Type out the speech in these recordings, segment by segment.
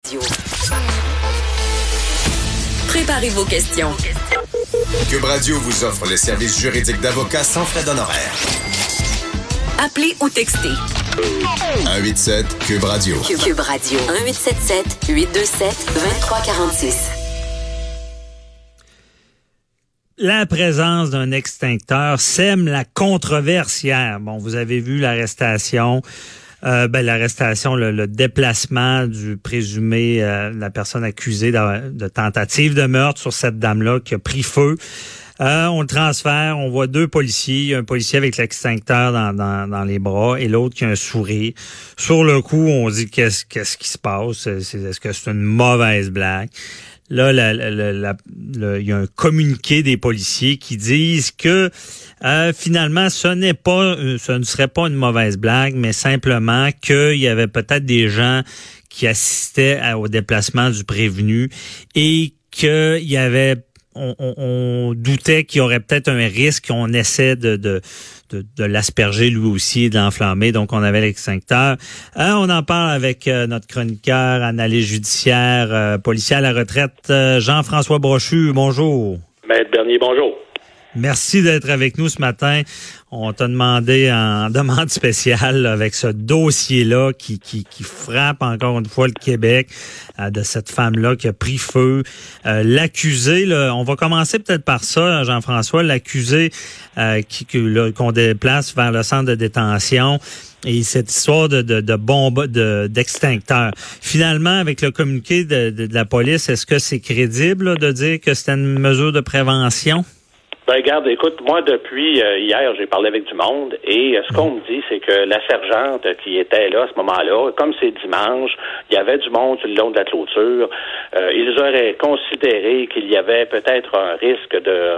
Préparez vos questions. Cube Radio vous offre les services juridiques d'avocats sans frais d'honoraires. Appelez ou textez. 187 Cube Radio. Cube Radio. 1877-827-2346. La présence d'un extincteur sème la controverse hier. Bon, vous avez vu l'arrestation. Le déplacement du présumé, la personne accusée de tentative de meurtre sur cette dame-là qui a pris feu. On le transfère, on voit deux policiers, un policier avec l'extincteur dans les bras et l'autre qui a un sourire. Sur le coup, on dit qu'est-ce qui se passe? Est-ce que c'est une mauvaise blague? Là, il y a un communiqué des policiers qui disent que finalement, ce ne serait pas une mauvaise blague, mais simplement qu'il y avait peut-être des gens qui assistaient au déplacement du prévenu et qu'il y avait on doutait qu'il y aurait peut-être un risque qu'on essaie de l'asperger lui aussi et de l'enflammer. Donc, on avait l'extincteur. On en parle avec notre chroniqueur, analyste judiciaire, policier à la retraite, Jean-François Brochu. Bonjour. Maître Bernier, bonjour. Merci d'être avec nous ce matin. On t'a demandé en demande spéciale avec ce dossier-là qui frappe encore une fois le Québec de cette femme-là qui a pris feu. L'accusé, là, on va commencer peut-être par ça, Jean-François, l'accusé qu'on déplace vers le centre de détention. Et cette histoire de bombe, d'extincteur. Finalement, avec le communiqué de la police, est-ce que c'est crédible là, de dire que c'était une mesure de prévention? Ben, regarde, écoute, moi, depuis hier, j'ai parlé avec du monde et ce qu'on me dit, c'est que la sergente qui était là à ce moment-là, comme c'est dimanche, il y avait du monde sur le long de la clôture, ils auraient considéré qu'il y avait peut-être un risque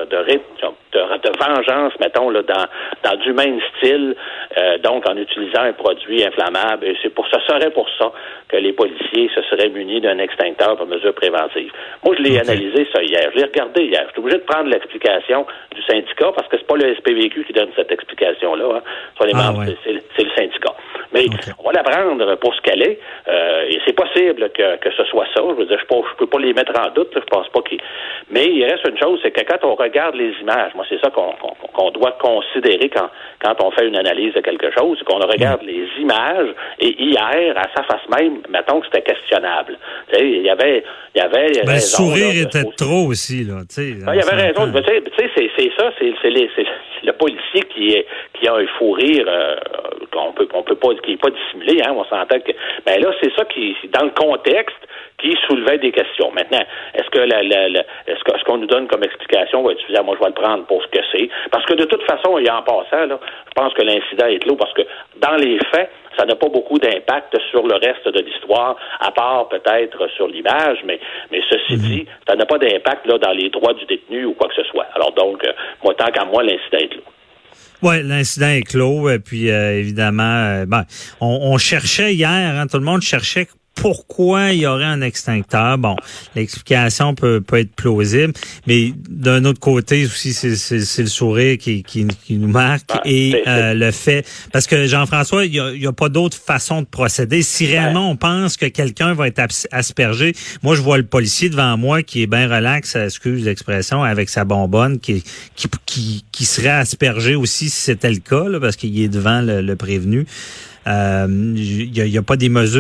de vengeance, mettons, là, dans du même style, donc en utilisant un produit inflammable. Et ça serait pour ça que les policiers se seraient munis d'un extincteur pour mesure préventive. Moi, je l'ai analysé ça hier. Je l'ai regardé hier. Je suis obligé de prendre l'explication du syndicat parce que c'est pas le SPVQ qui donne cette explication-là. Hein. Sur les membres, c'est le syndicat. Mais on va la prendre pour ce qu'elle est. Et c'est possible que ce soit ça. Je veux dire, je peux pas les mettre en doute. Là, je pense pas qu'il. Mais il reste une chose, c'est que quand on regarde les images, moi c'est ça qu'on doit considérer quand on fait une analyse de quelque chose, c'est qu'on regarde les images. Et hier, à sa face même, mettons que c'était questionnable. Tu sais, il y avait raison, le sourire là, était trop aussi là. Tu sais, il y avait raison. Tu sais, c'est ça, c'est le policier qui a un fou rire qu'on peut pas, qui est pas dissimulé. Hein, on s'entend que. Ben là, c'est ça qui, dans le contexte, qui soulevait des questions. Maintenant, est-ce que ce qu'on nous donne comme explication va être suffisant? Moi, je vais le prendre pour ce que c'est. Parce que de toute façon, et en passant, là, je pense que l'incident est clos parce que dans les faits, ça n'a pas beaucoup d'impact sur le reste de l'histoire, à part peut-être sur l'image, mais ceci dit, ça n'a pas d'impact là dans les droits du détenu ou quoi que ce soit. Alors donc, moi, tant qu'à moi, l'incident est clos. Oui, l'incident est clos. Et puis, évidemment, on cherchait hier, hein, tout le monde cherchait pourquoi il y aurait un extincteur. Bon, l'explication peut être plausible, mais d'un autre côté aussi, c'est le sourire qui nous marque et le fait, parce que Jean-François, il y a pas d'autre façon de procéder. Si réellement on pense que quelqu'un va être aspergé, moi je vois le policier devant moi qui est bien relax, excuse l'expression, avec sa bonbonne, qui serait aspergé aussi si c'était le cas, là, parce qu'il est devant le prévenu. Il y a pas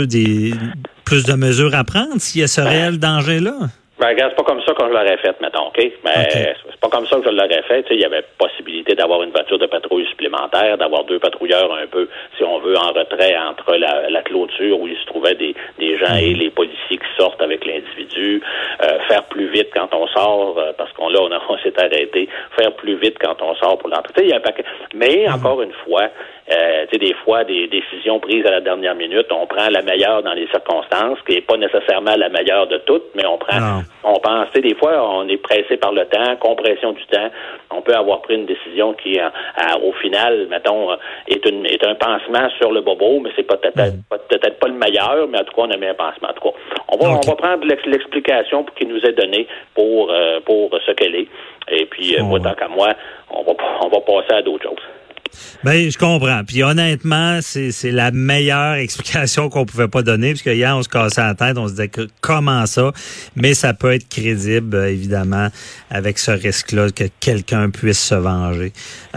plus de mesures à prendre s'il y a ce réel danger-là? Ben, regarde, c'est pas comme ça que je l'aurais fait, mettons, OK? Mais c'est pas comme ça que je l'aurais fait. Tu sais, il y avait possibilité d'avoir une voiture de patrouille supplémentaire, d'avoir deux patrouilleurs un peu, si on veut, en retrait entre la clôture où il se trouvait des gens et les policiers qui sortent avec l'individu, faire plus vite quand on sort, parce qu'on s'est arrêté, faire plus vite quand on sort pour l'entrée. Tu sais, il y a un paquet. Mais, encore une fois, tu sais, des fois, des décisions prises à la dernière minute, on prend la meilleure dans les circonstances, qui n'est pas nécessairement la meilleure de toutes, mais on pense, tu sais, des fois, on est pressé par le temps, compression du temps, on peut avoir pris une décision qui, au final, mettons, est un pansement sur le bobo, mais c'est peut-être pas le meilleur, mais en tout cas, on a mis un pansement. En tout cas, on va prendre l'explication qui nous est donnée pour ce qu'elle est, et puis, moi, tant qu'à moi, on va passer à d'autres choses. Ben, je comprends. Puis honnêtement, c'est la meilleure explication qu'on pouvait pas donner, parce que hier, on se cassait la tête, on se disait que comment ça, mais ça peut être crédible, évidemment, avec ce risque-là que quelqu'un puisse se venger.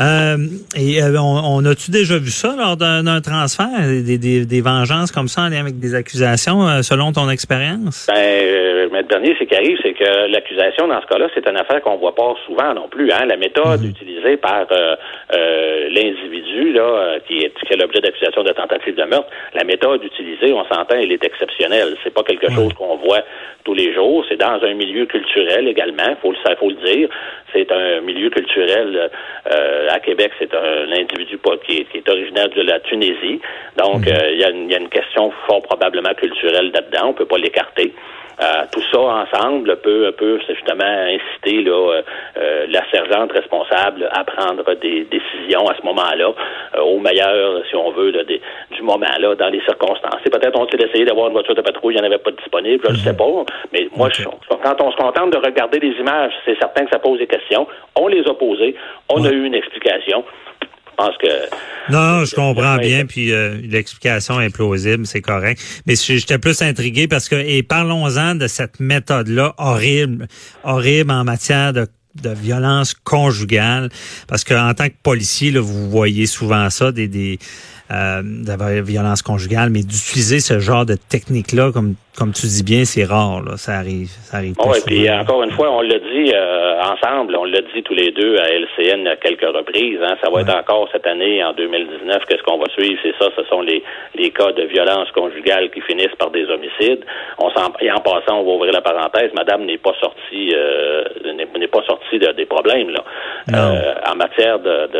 On a-tu déjà vu ça lors d'un transfert, des vengeances comme ça en lien avec des accusations, selon ton expérience? Mais le dernier, c'est qui arrive, c'est que l'accusation, dans ce cas-là, c'est une affaire qu'on voit pas souvent non plus. Hein? La méthode utilisée par l'individu là, qui a l'objet d'accusation de tentative de meurtre, la méthode utilisée, on s'entend, elle est exceptionnelle. C'est pas quelque chose qu'on voit tous les jours. C'est dans un milieu culturel également, faut le dire. C'est un milieu culturel à Québec. C'est un individu qui est originaire de la Tunisie. Donc, il y a une question fort probablement culturelle là-dedans. On peut pas l'écarter. Tout ça ensemble peut justement inciter la sergente responsable à prendre des décisions à ce moment-là, au meilleur, si on veut, du moment-là, dans les circonstances. Et peut-être ont-ils essayé d'avoir une voiture de patrouille, il n'y en avait pas de disponible, je ne sais pas. Mais moi, quand on se contente de regarder les images, c'est certain que ça pose des questions. On les a posées, on a eu une explication. Je pense que... Non, je comprends bien, puis l'explication est plausible, c'est correct. Mais j'étais plus intrigué parce que, et parlons-en de cette méthode-là horrible en matière de violence conjugale, parce que en tant que policier, là, vous voyez souvent ça, de violence conjugale, mais d'utiliser ce genre de technique-là, comme tu dis bien, c'est rare, là. Ça arrive pas souvent. Puis encore une fois, on l'a dit ensemble, on l'a dit tous les deux à LCN à quelques reprises, hein, ça va être encore cette année, en 2019, qu'est-ce qu'on va suivre, c'est ça, ce sont les cas de violence conjugale qui finissent par des homicides. Et en passant, on va ouvrir la parenthèse, madame n'est pas sortie des problèmes, là. En matière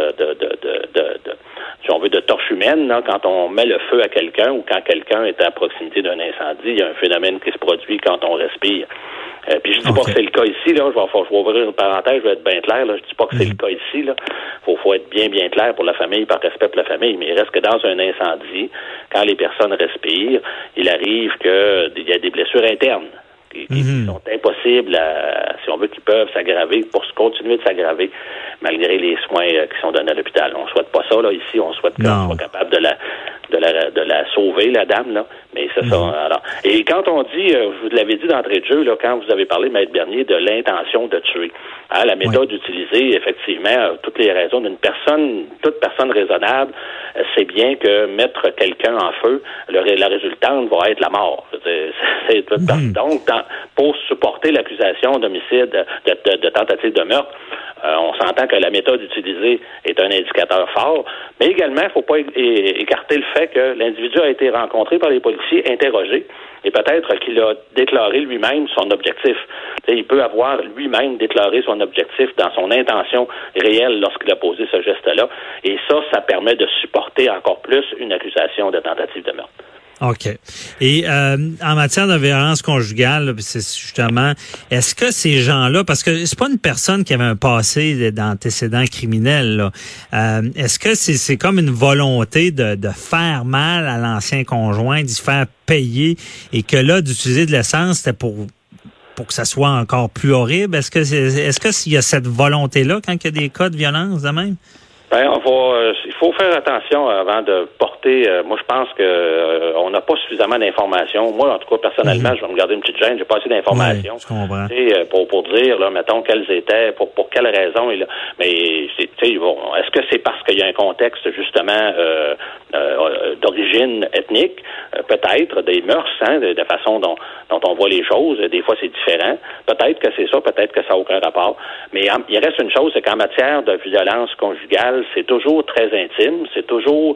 si on veut, de torche humaine, là, quand on met le feu à quelqu'un ou quand quelqu'un est à proximité d'un incendie, il y a un phénomène qui se produit quand on respire. Puis je dis pas que c'est le cas ici, là. Je vais ouvrir une parenthèse, je vais être bien clair, là. Je dis pas que c'est le cas ici, là. Faut être bien clair pour la famille, par respect pour la famille. Mais il reste que dans un incendie, quand les personnes respirent, il arrive qu'il y a des blessures internes qui sont impossibles si on veut, qui peuvent s'aggraver, pour continuer de s'aggraver, malgré les soins qui sont donnés à l'hôpital. On souhaite pas ça, là, ici. On souhaite qu'on soit capable de la sauver, la dame, là. Mais c'est ça. Alors. Et quand on dit, je vous l'avais dit d'entrée de jeu, là, quand vous avez parlé, Maître Bernier, de l'intention de tuer. Hein, la méthode utilisée, effectivement, toutes les raisons toute personne raisonnable sait bien que mettre quelqu'un en feu, la résultante va être la mort. Donc, pour supporter l'accusation d'homicide, de tentative de meurtre, on s'entend que la méthode utilisée est un indicateur fort, mais également, il ne faut pas écarter le fait que l'individu a été rencontré par les policiers, interrogé, et peut-être qu'il a déclaré lui-même son objectif. T'sais, il peut avoir lui-même déclaré son objectif dans son intention réelle lorsqu'il a posé ce geste-là, et ça permet de supporter encore plus une accusation de tentative de meurtre. OK. Et en matière de violence conjugale, là, c'est justement, est-ce que ces gens-là, parce que c'est pas une personne qui avait un passé d'antécédents criminels, là, est-ce que c'est comme une volonté de faire mal à l'ancien conjoint, d'y faire payer, et que là, d'utiliser de l'essence, c'était pour que ça soit encore plus horrible? Est-ce que s'il y a cette volonté-là quand il y a des cas de violence de même? Ben, il faut faire attention avant de porter. Moi, je pense que on n'a pas suffisamment d'informations. Moi, en tout cas, personnellement, je vais me garder une petite gêne. J'ai pas assez d'informations. Pour dire, là, mettons, quelles étaient, pour quelles raisons. Mais est-ce que c'est parce qu'il y a un contexte justement d'origine ethnique, peut-être des mœurs, hein, de façon dont on voit les choses. Des fois, c'est différent. Peut-être que c'est ça, peut-être que ça n'a aucun rapport. Mais il reste une chose, c'est qu'en matière de violence conjugale, c'est toujours très intime, c'est toujours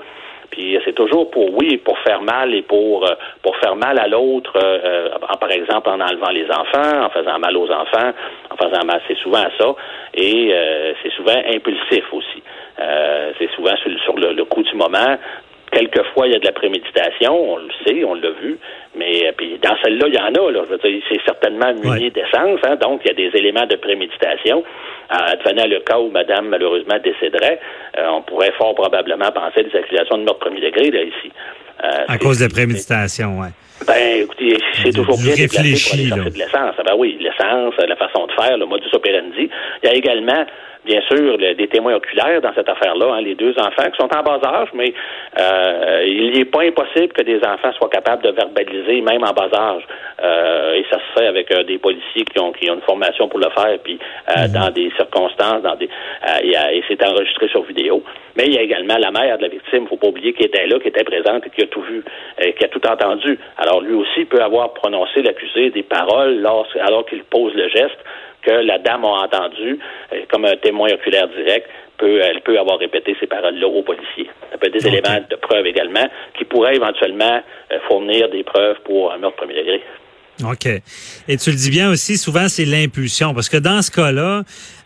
pour faire mal et pour faire mal à l'autre, par exemple en enlevant les enfants, en faisant mal aux enfants, en faisant mal, c'est souvent ça, et c'est souvent impulsif aussi. C'est souvent sur le coup du moment. Quelquefois, il y a de la préméditation, on le sait, on l'a vu, mais puis dans celle-là, il y en a, là. Je veux dire, c'est certainement muni d'essence, hein, donc il y a des éléments de préméditation. Advenant le cas où madame, malheureusement, décéderait, on pourrait fort probablement penser à des accusations de meurtre premier degré, là, ici. À cause de préméditation, oui. Ben, écoutez, c'est toujours bien déplacé pour aller chercher là. de l'essence. Ben oui, l'essence, la façon de faire, le modus operandi. Il y a également bien sûr, des témoins oculaires dans cette affaire-là, hein, les 2 enfants qui sont en bas âge, mais il n'est pas impossible que des enfants soient capables de verbaliser, même en bas âge. Et ça se fait avec des policiers qui ont une formation pour le faire, puis dans des circonstances, et c'est enregistré sur vidéo. Mais il y a également la mère de la victime, il ne faut pas oublier, qui était là, qui était présente et qui a tout vu, qui a tout entendu. Alors lui aussi peut avoir prononcé, l'accusé, des paroles alors qu'il pose le geste que la dame a entendu, comme un témoin oculaire direct, elle peut avoir répété ces paroles-là aux policiers. Ça peut être des éléments de preuve également qui pourraient éventuellement fournir des preuves pour un meurtre premier degré. OK. Et tu le dis bien aussi, souvent, c'est l'impulsion. Parce que dans ce cas-là,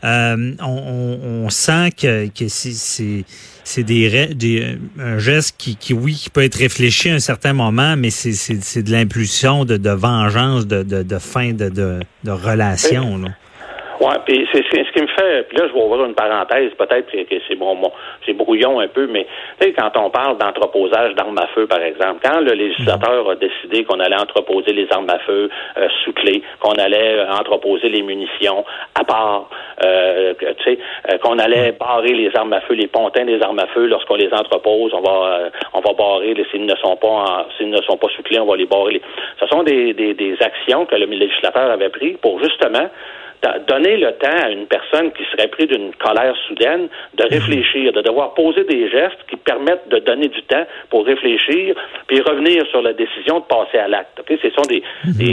on sent que c'est un geste qui peut être réfléchi à un certain moment, mais c'est de l'impulsion, de vengeance, de fin de relation, là. Ouais, puis c'est ce qui me fait. Puis là, je vais ouvrir une parenthèse, peut-être que c'est brouillon un peu, mais tu sais, quand on parle d'entreposage d'armes à feu, par exemple, quand le législateur a décidé qu'on allait entreposer les armes à feu sous clé, qu'on allait entreposer les munitions à part, qu'on allait barrer les armes à feu, les pontins des armes à feu, lorsqu'on les entrepose, on va barrer s'ils ne sont pas sous clé, on va les barrer. Ce sont des actions que le législateur avait prises pour justement donner le temps à une personne qui serait prise d'une colère soudaine de réfléchir, de devoir poser des gestes qui permettent de donner du temps pour réfléchir puis revenir sur la décision de passer à l'acte. Okay? Ce sont des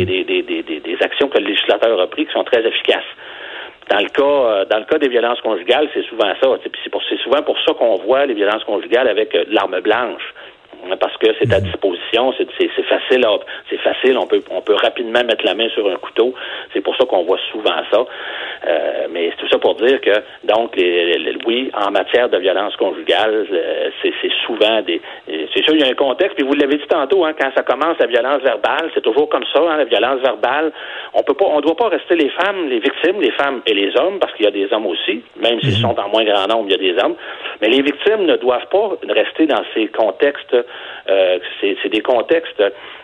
actions que le législateur a prises qui sont très efficaces. Dans le cas des violences conjugales, c'est souvent ça. C'est souvent pour ça qu'on voit les violences conjugales avec l'arme blanche. Parce que c'est à disposition, c'est facile, on peut rapidement mettre la main sur un couteau. C'est pour ça qu'on voit souvent ça. Mais c'est tout ça pour dire que, donc, oui, en matière de violence conjugale, c'est souvent c'est sûr, il y a un contexte, puis vous l'avez dit tantôt, hein, quand ça commence la violence verbale, c'est toujours comme ça, hein, la violence verbale. On doit pas rester les femmes, les victimes, les femmes et les hommes, parce qu'il y a des hommes aussi, même s'ils sont en moins grand nombre, il y a des hommes. Mais les victimes ne doivent pas rester dans ces contextes. C'est des contextes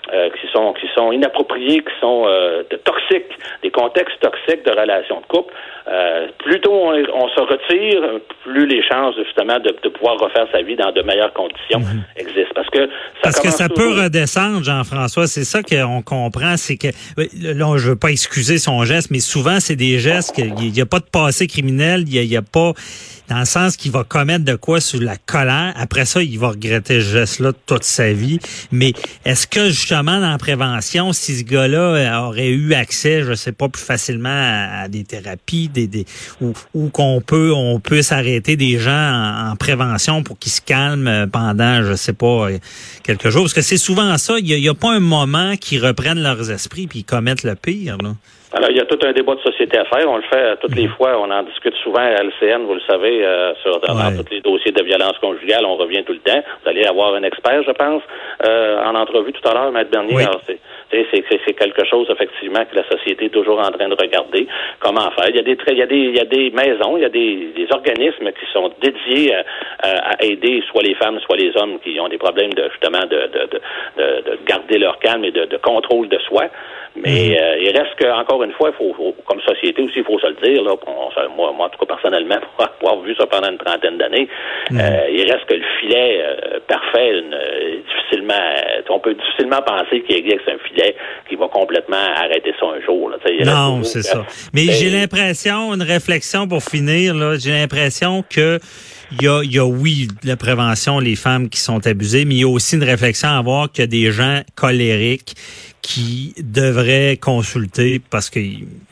qui sont inappropriés, qui sont toxiques, des contextes toxiques de relations de couple. Plus tôt on se retire, plus les chances justement de pouvoir refaire sa vie dans de meilleures conditions existent. Parce que ça peut redescendre, Jean-François. C'est ça qu'on comprend, c'est que là, je veux pas excuser son geste, mais souvent c'est des gestes qu'il n'y a pas de passé criminel, il y a pas, dans le sens qu'il va commettre de quoi sur la colère. Après ça, il va regretter ce geste-là toute sa vie. Mais est-ce que justement dans la prévention, si ce gars-là aurait eu accès, je sais pas, plus facilement à des thérapies, ou on peut s'arrêter des gens en prévention pour qu'ils se calment pendant, je sais pas, quelques jours? Parce que c'est souvent ça. Il y a pas un moment qu'ils reprennent leurs esprits puis ils commettent le pire, là. Alors, il y a tout un débat de société à faire. On le fait toutes les fois. On en discute souvent à LCN, vous le savez, dans tous les dossiers de violence conjugale. On revient tout le temps. Vous allez avoir un expert, je pense, en entrevue tout à l'heure, Maître Bernier. Oui. Alors, c'est quelque chose, effectivement, que la société est toujours en train de regarder. Comment faire? Il y a des maisons, il y a des organismes qui sont dédiés à aider soit les femmes, soit les hommes qui ont des problèmes de garder leur calme et de contrôle de soi. Mais il reste que, encore une fois, il faut, comme société aussi, il faut se le dire, là, moi, en tout cas, personnellement, pour avoir vu ça pendant une trentaine d'années, il reste que le filet parfait, on peut difficilement penser qu'il existe un filet qui va complètement arrêter ça un jour. Là. Non, c'est ça. Mais j'ai l'impression, une réflexion pour finir, là, j'ai l'impression que il y a, oui, la prévention, les femmes qui sont abusées, mais il y a aussi une réflexion à avoir qu'il y a des gens colériques qui devraient consulter parce que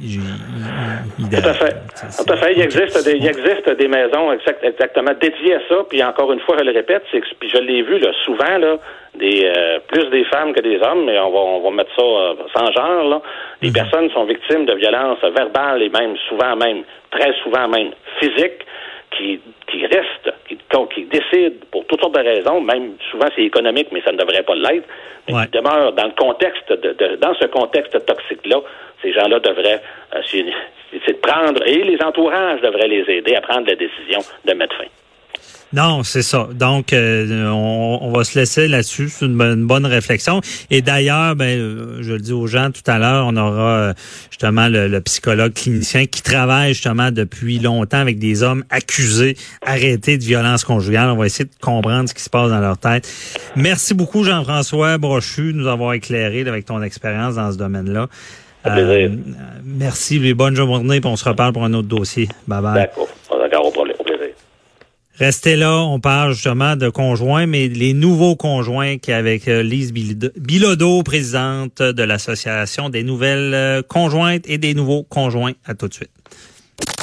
tout à fait. Tout à fait. Il existe des maisons exactement dédiées à ça. Puis encore une fois, je le répète, puis je l'ai vu là, souvent là, plus des femmes que des hommes, mais on va mettre ça sans genre là. Les personnes sont victimes de violences verbales et même très souvent même physiques. Qui restent, qui décident pour toutes sortes de raisons, même souvent c'est économique, mais ça ne devrait pas l'être, mais qui demeurent dans le contexte dans ce contexte toxique-là, ces gens-là devraient c'est de prendre, et les entourages devraient les aider à prendre la décision de mettre fin. Non, c'est ça. Donc, on va se laisser là-dessus. C'est une bonne réflexion. Et d'ailleurs, je le dis aux gens tout à l'heure, on aura justement le psychologue clinicien qui travaille justement depuis longtemps avec des hommes accusés, arrêtés de violence conjugale. On va essayer de comprendre ce qui se passe dans leur tête. Merci beaucoup, Jean-François Brochu, de nous avoir éclairé avec ton expérience dans ce domaine-là. Merci, les bonnes journées, puis on se reparle pour un autre dossier. Bye-bye. D'accord. D'accord, au plaisir. Restez là, on parle justement de conjoints, mais les nouveaux conjoints qu'avec Lise Bilodeau, présidente de l'Association des nouvelles conjointes et des nouveaux conjoints. À tout de suite.